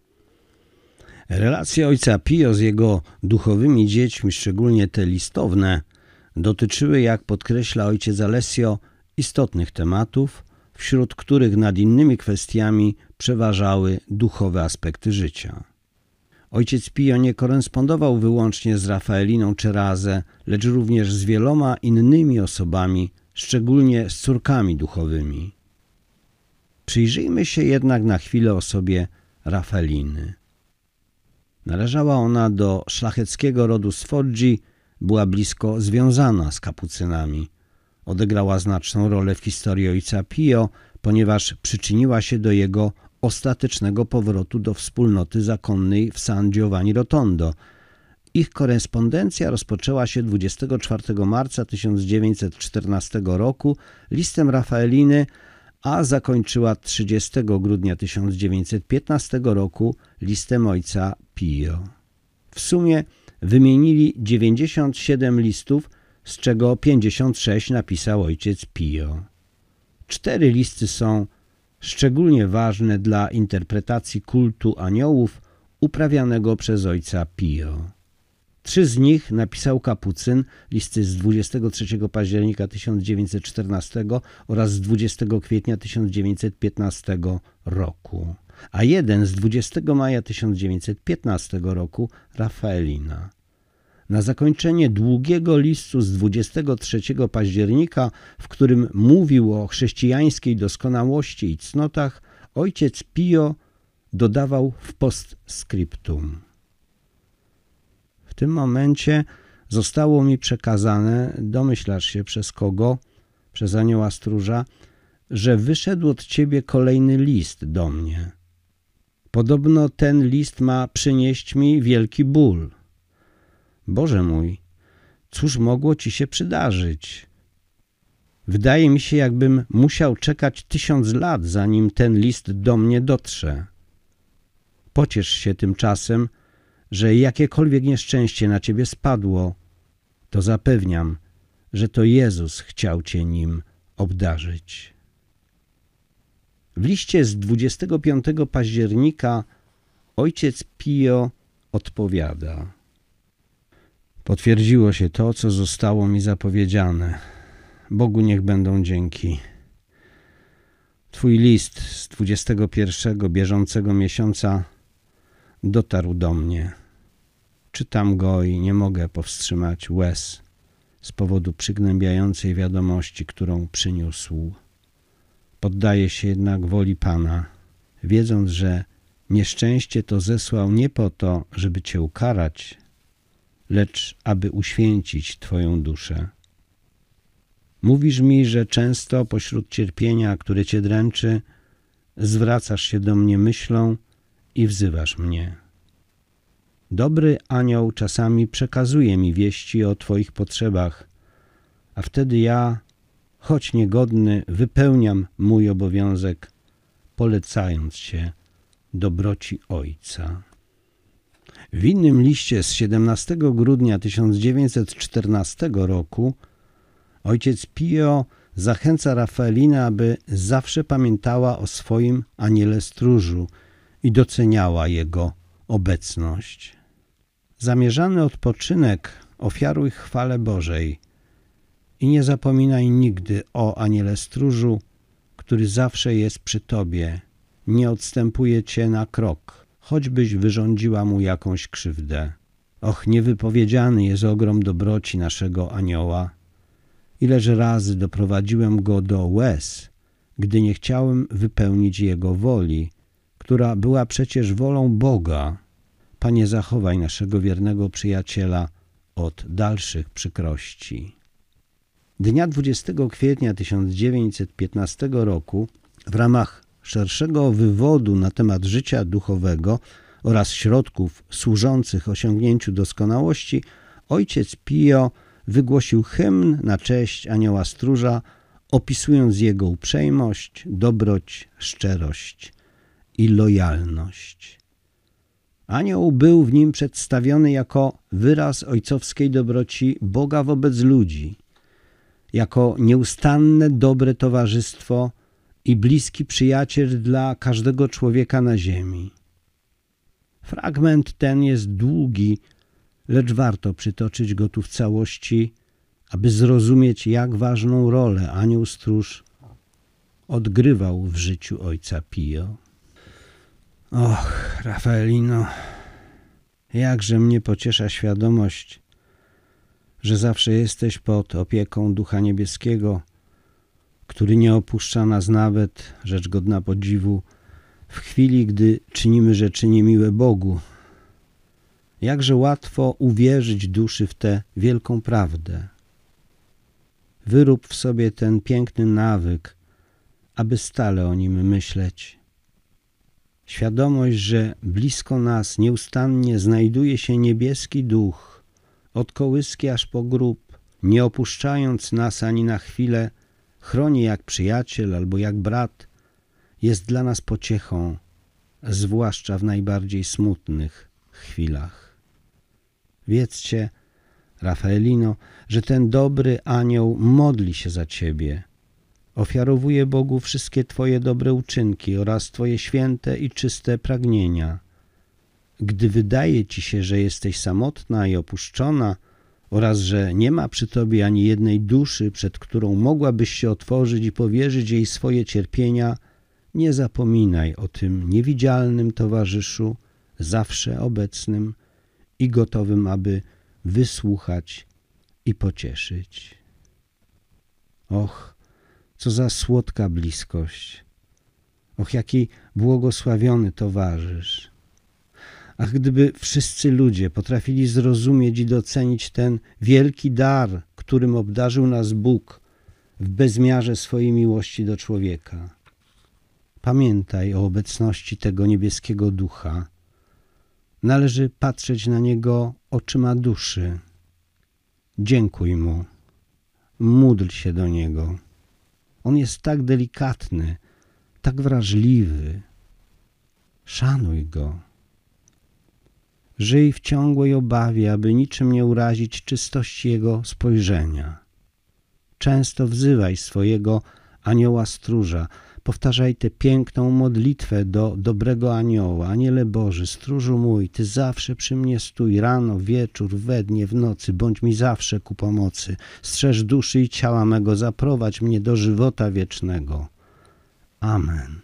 Relacje ojca Pio z jego duchowymi dziećmi, szczególnie te listowne, dotyczyły, jak podkreśla ojciec Alessio, istotnych tematów, wśród których nad innymi kwestiami przeważały duchowe aspekty życia. Ojciec Pio nie korespondował wyłącznie z Rafaeliną Czerazę, lecz również z wieloma innymi osobami, szczególnie z córkami duchowymi. Przyjrzyjmy się jednak na chwilę osobie Rafaeliny. Należała ona do szlacheckiego rodu Sfoggi, była blisko związana z kapucynami. Odegrała znaczną rolę w historii ojca Pio, ponieważ przyczyniła się do jego ostatecznego powrotu do wspólnoty zakonnej w San Giovanni Rotondo. Ich korespondencja rozpoczęła się dwudziestego czwartego marca tysiąc dziewięćset czternastego roku listem Rafaeliny, a zakończyła trzydziestego grudnia tysiąc dziewięćset piętnastego roku listem ojca Pio. W sumie wymienili dziewięćdziesiąt siedem listów, z czego pięćdziesiąt sześć napisał ojciec Pio. Cztery listy są szczególnie ważne dla interpretacji kultu aniołów uprawianego przez ojca Pio. Trzy z nich napisał kapucyn, listy z dwudziestego trzeciego października tysiąc dziewięćset czternastego oraz z dwudziestego kwietnia tysiąc dziewięćset piętnastego roku, a jeden z dwudziestego maja tysiąc dziewięćset piętnastego roku Rafaelina. Na zakończenie długiego listu z dwudziestego trzeciego października, w którym mówił o chrześcijańskiej doskonałości i cnotach, ojciec Pio dodawał w postscriptum: w tym momencie zostało mi przekazane, domyślasz się przez kogo, przez anioła stróża, że wyszedł od ciebie kolejny list do mnie. Podobno ten list ma przynieść mi wielki ból. Boże mój, cóż mogło ci się przydarzyć? Wydaje mi się, jakbym musiał czekać tysiąc lat, zanim ten list do mnie dotrze. Pociesz się tymczasem, że jakiekolwiek nieszczęście na ciebie spadło, to zapewniam, że to Jezus chciał cię nim obdarzyć. W liście z dwudziestego piątego października ojciec Pio odpowiada: potwierdziło się to, co zostało mi zapowiedziane. Bogu niech będą dzięki. Twój list z dwudziestego pierwszego bieżącego miesiąca dotarł do mnie. Czytam go i nie mogę powstrzymać łez z powodu przygnębiającej wiadomości, którą przyniósł. Poddaję się jednak woli Pana, wiedząc, że nieszczęście to zesłał nie po to, żeby cię ukarać, lecz aby uświęcić twoją duszę. Mówisz mi, że często pośród cierpienia, które cię dręczy, zwracasz się do mnie myślą i wzywasz mnie. Dobry anioł czasami przekazuje mi wieści o twoich potrzebach, a wtedy ja, choć niegodny, wypełniam mój obowiązek, polecając cię dobroci Ojca. W innym liście z siedemnastego grudnia tysiąc dziewięćset czternastego roku ojciec Pio zachęca Rafaelinę, aby zawsze pamiętała o swoim aniele stróżu i doceniała jego obecność. Zamierzany odpoczynek ofiaruj chwale Bożej i nie zapominaj nigdy o aniele stróżu, który zawsze jest przy tobie, nie odstępuje cię na krok, choćbyś wyrządziła mu jakąś krzywdę. Och, niewypowiedziany jest ogrom dobroci naszego anioła. Ileż razy doprowadziłem go do łez, gdy nie chciałem wypełnić jego woli, która była przecież wolą Boga. Panie, zachowaj naszego wiernego przyjaciela od dalszych przykrości. Dnia dwudziestego kwietnia tysiąc dziewięćset piętnastego roku w ramach szerszego wywodu na temat życia duchowego oraz środków służących osiągnięciu doskonałości ojciec Pio wygłosił hymn na cześć anioła stróża, opisując jego uprzejmość, dobroć, szczerość i lojalność. Anioł był w nim przedstawiony jako wyraz ojcowskiej dobroci Boga wobec ludzi, jako nieustanne dobre towarzystwo i bliski przyjaciel dla każdego człowieka na ziemi. Fragment ten jest długi, lecz warto przytoczyć go tu w całości, aby zrozumieć, jak ważną rolę anioł stróż odgrywał w życiu ojca Pio. Och, Rafaelino, jakże mnie pociesza świadomość, że zawsze jesteś pod opieką Ducha Niebieskiego, który nie opuszcza nas nawet, rzecz godna podziwu, w chwili, gdy czynimy rzeczy niemiłe Bogu. Jakże łatwo uwierzyć duszy w tę wielką prawdę. Wyrób w sobie ten piękny nawyk, aby stale o nim myśleć. Świadomość, że blisko nas nieustannie znajduje się niebieski duch, od kołyski aż po grób, nie opuszczając nas ani na chwilę, chroni jak przyjaciel albo jak brat, jest dla nas pociechą, zwłaszcza w najbardziej smutnych chwilach. Wiedzcie, Rafaelino, że ten dobry anioł modli się za ciebie. Ofiarowuje Bogu wszystkie twoje dobre uczynki oraz twoje święte i czyste pragnienia. Gdy wydaje ci się, że jesteś samotna i opuszczona oraz że nie ma przy tobie ani jednej duszy, przed którą mogłabyś się otworzyć i powierzyć jej swoje cierpienia, nie zapominaj o tym niewidzialnym towarzyszu, zawsze obecnym i gotowym, aby wysłuchać i pocieszyć. Och, co za słodka bliskość! Och, jaki błogosławiony towarzysz! Ach, gdyby wszyscy ludzie potrafili zrozumieć i docenić ten wielki dar, którym obdarzył nas Bóg w bezmiarze swojej miłości do człowieka. Pamiętaj o obecności tego niebieskiego ducha. Należy patrzeć na niego oczyma duszy. Dziękuj mu. Módl się do niego. On jest tak delikatny, tak wrażliwy. Szanuj go. Żyj w ciągłej obawie, aby niczym nie urazić czystości jego spojrzenia. Często wzywaj swojego anioła stróża. Powtarzaj tę piękną modlitwę do dobrego anioła. Aniele Boży, stróżu mój, Ty zawsze przy mnie stój, rano, wieczór, we dnie, w nocy, bądź mi zawsze ku pomocy. Strzeż duszy i ciała mego, zaprowadź mnie do żywota wiecznego. Amen.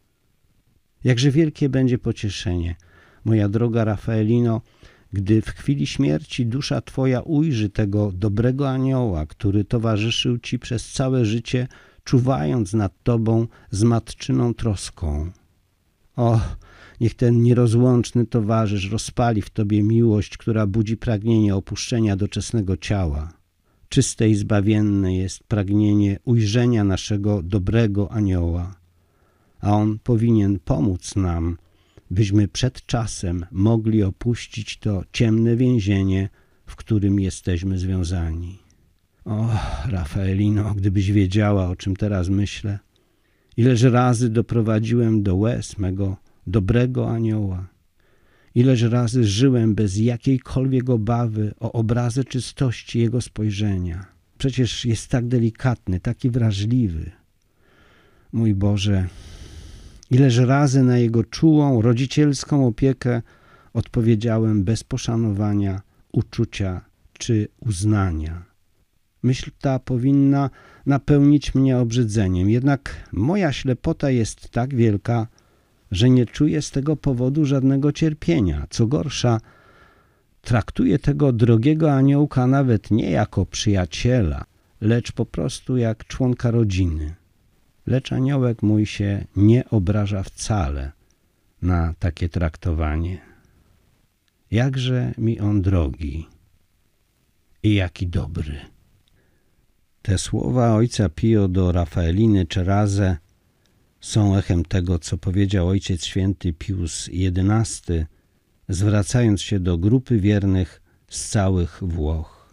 Jakże wielkie będzie pocieszenie, moja droga Rafaelino, gdy w chwili śmierci dusza Twoja ujrzy tego dobrego anioła, który towarzyszył Ci przez całe życie, czuwając nad Tobą z matczyną troską. O, niech ten nierozłączny towarzysz rozpali w Tobie miłość, która budzi pragnienie opuszczenia doczesnego ciała. Czyste i zbawienne jest pragnienie ujrzenia naszego dobrego anioła, a on powinien pomóc nam, byśmy przed czasem mogli opuścić to ciemne więzienie, w którym jesteśmy związani. O, Rafaelino, gdybyś wiedziała, o czym teraz myślę, ileż razy doprowadziłem do łez mego dobrego anioła, ileż razy żyłem bez jakiejkolwiek obawy o obrazę czystości jego spojrzenia. Przecież jest tak delikatny, taki wrażliwy. Mój Boże, ileż razy na jego czułą, rodzicielską opiekę odpowiedziałem bez poszanowania, uczucia czy uznania. Myśl ta powinna napełnić mnie obrzydzeniem, jednak moja ślepota jest tak wielka, że nie czuję z tego powodu żadnego cierpienia. Co gorsza, traktuję tego drogiego aniołka nawet nie jako przyjaciela, lecz po prostu jak członka rodziny. Lecz aniołek mój się nie obraża wcale na takie traktowanie. Jakże mi on drogi i jaki dobry. Te słowa ojca Pio do Rafaeliny Ceraze są echem tego, co powiedział ojciec święty Pius jedenasty, zwracając się do grupy wiernych z całych Włoch.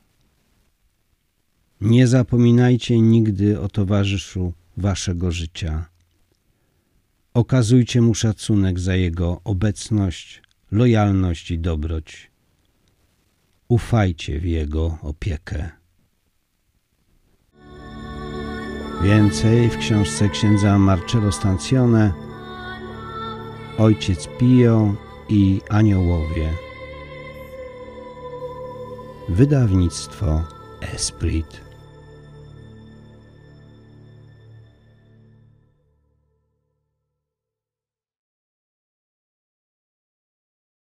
Nie zapominajcie nigdy o towarzyszu waszego życia. Okazujcie mu szacunek za jego obecność, lojalność i dobroć. Ufajcie w jego opiekę. Więcej w książce księdza Marcello Stancione Ojciec Pio i Aniołowie. Wydawnictwo Esprit.